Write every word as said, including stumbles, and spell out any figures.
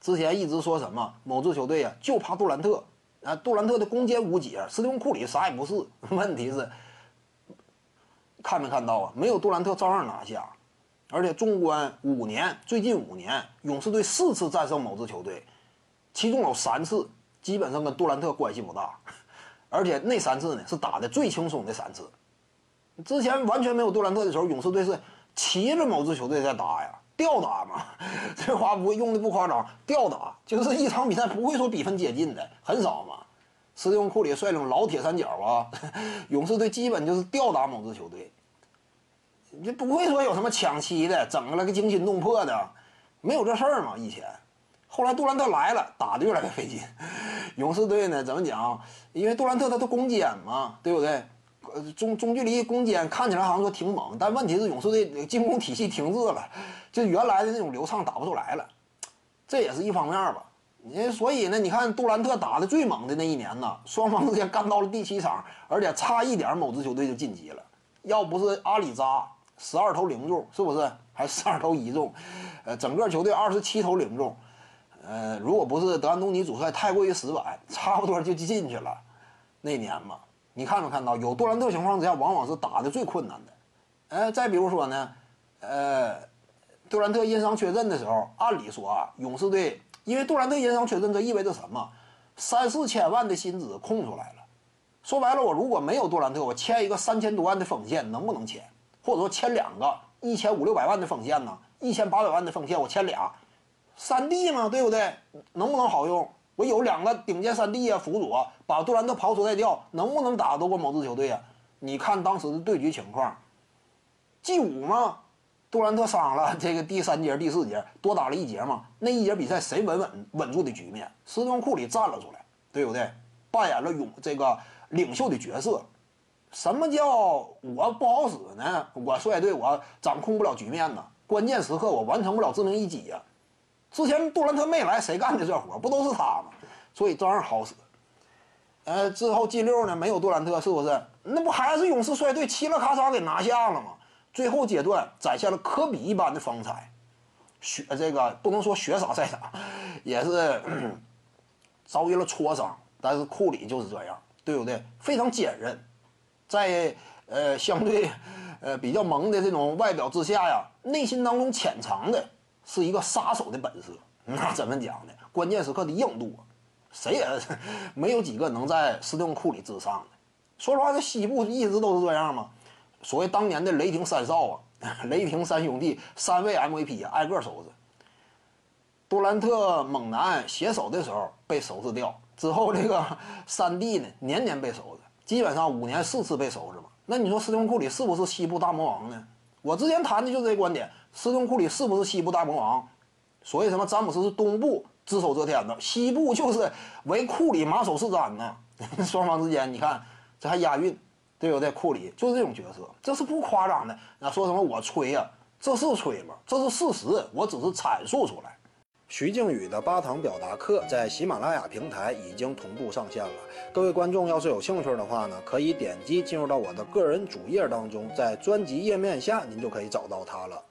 之前一直说什么某支球队啊就怕杜兰特啊，杜兰特的攻坚无解，斯蒂芬库里啥也不是。问题是看没看到啊？没有杜兰特照样拿下。而且纵观五年，最近五年，勇士队四次战胜某支球队，其中有三次基本上跟杜兰特关系不大，而且那三次呢是打的最轻松的三次。之前完全没有杜兰特的时候，勇士队是骑着某支球队在打呀，吊打嘛，这话不会用的不夸张，吊打就是一场比赛不会说比分接近的，很少嘛。斯蒂芬库里率领老铁三角啊，勇士队基本就是吊打某支球队。你不会说有什么抢七的，整了个惊心动魄的，没有这事儿嘛。以前，后来杜兰特来了，打得越来越费劲。勇士队呢，怎么讲？因为杜兰特他的攻坚嘛，对不对？呃，中中距离攻坚看起来好像说挺猛，但问题是勇士队进攻体系停滞了，就原来的那种流畅打不出来了，这也是一方面吧。你所以呢，你看杜兰特打的最猛的那一年呢，双方之间干到了第七场，而且差一点某支球队就晋级了，要不是阿里扎。十二投零中，是不是？还十二投一中，呃，整个球队二十七投零中，呃，如果不是德安东尼主帅太过于死板，差不多就进去了。那年嘛，你看没看到？有杜兰特情况之下，往往是打的最困难的。呃，再比如说呢，呃，杜兰特因伤缺阵的时候，按理说啊，勇士队因为杜兰特因伤缺阵，这意味着什么？三四千万的薪资空出来了。说白了，我如果没有杜兰特，我签一个三千多万的锋线，能不能签？或者说签两个一千五六百万的锋线呢，一千八百万的锋线我签俩，三 D 嘛，对不对？能不能好用？我有两个顶尖三 D 啊，辅佐把杜兰特刨除再掉，能不能打得过某支球队啊？你看当时的对局情况 ，G 五嘛，杜兰特伤了，这个第三节、第四节多打了一节嘛，那一节比赛谁稳稳稳住的局面？斯蒂芬库里站了出来，对不对？扮演了勇这个领袖的角色。什么叫我不好使呢？我率队我掌控不了局面呢，关键时刻我完成不了致命一击呀、啊。之前杜兰特没来，谁干的这活？不都是他吗？所以照样好使。呃，之后 G 六呢没有杜兰特，是不是？那不还是勇士率队嘁了咔嚓给拿下了吗？最后阶段展现了科比一般的风采，血这个不能说血洒赛场，也是遭遇了挫伤，但是库里就是这样，对不对？非常坚韧。在呃相对呃比较萌的这种外表之下呀，内心当中潜藏的是一个杀手的本色。那怎么讲呢？关键时刻的硬度，谁也没有几个能在斯蒂芬库里之上的。说实话，这西部一直都是这样嘛。所谓当年的雷霆三少啊，雷霆三兄弟三位 M V P 啊，挨个收拾。杜兰特猛男携手的时候被收拾掉，之后这个三弟呢年年被收拾。基本上五年四次被收拾嘛，那你说斯蒂芬库里是不是西部大魔王呢？我之前谈的就是这个观点，斯蒂芬库里是不是西部大魔王？所以什么詹姆斯是东部只手遮天的，西部就是为库里马首是瞻呢。双方之间你看这还押韵，对不对？库里就是这种角色，这是不夸张的。那说什么我吹呀、啊，这是吹吗？这是事实，我只是阐述出来。徐静宇的八堂表达课在喜马拉雅平台已经同步上线了，各位观众要是有兴趣的话呢，可以点击进入到我的个人主页当中，在专辑页面下您就可以找到它了。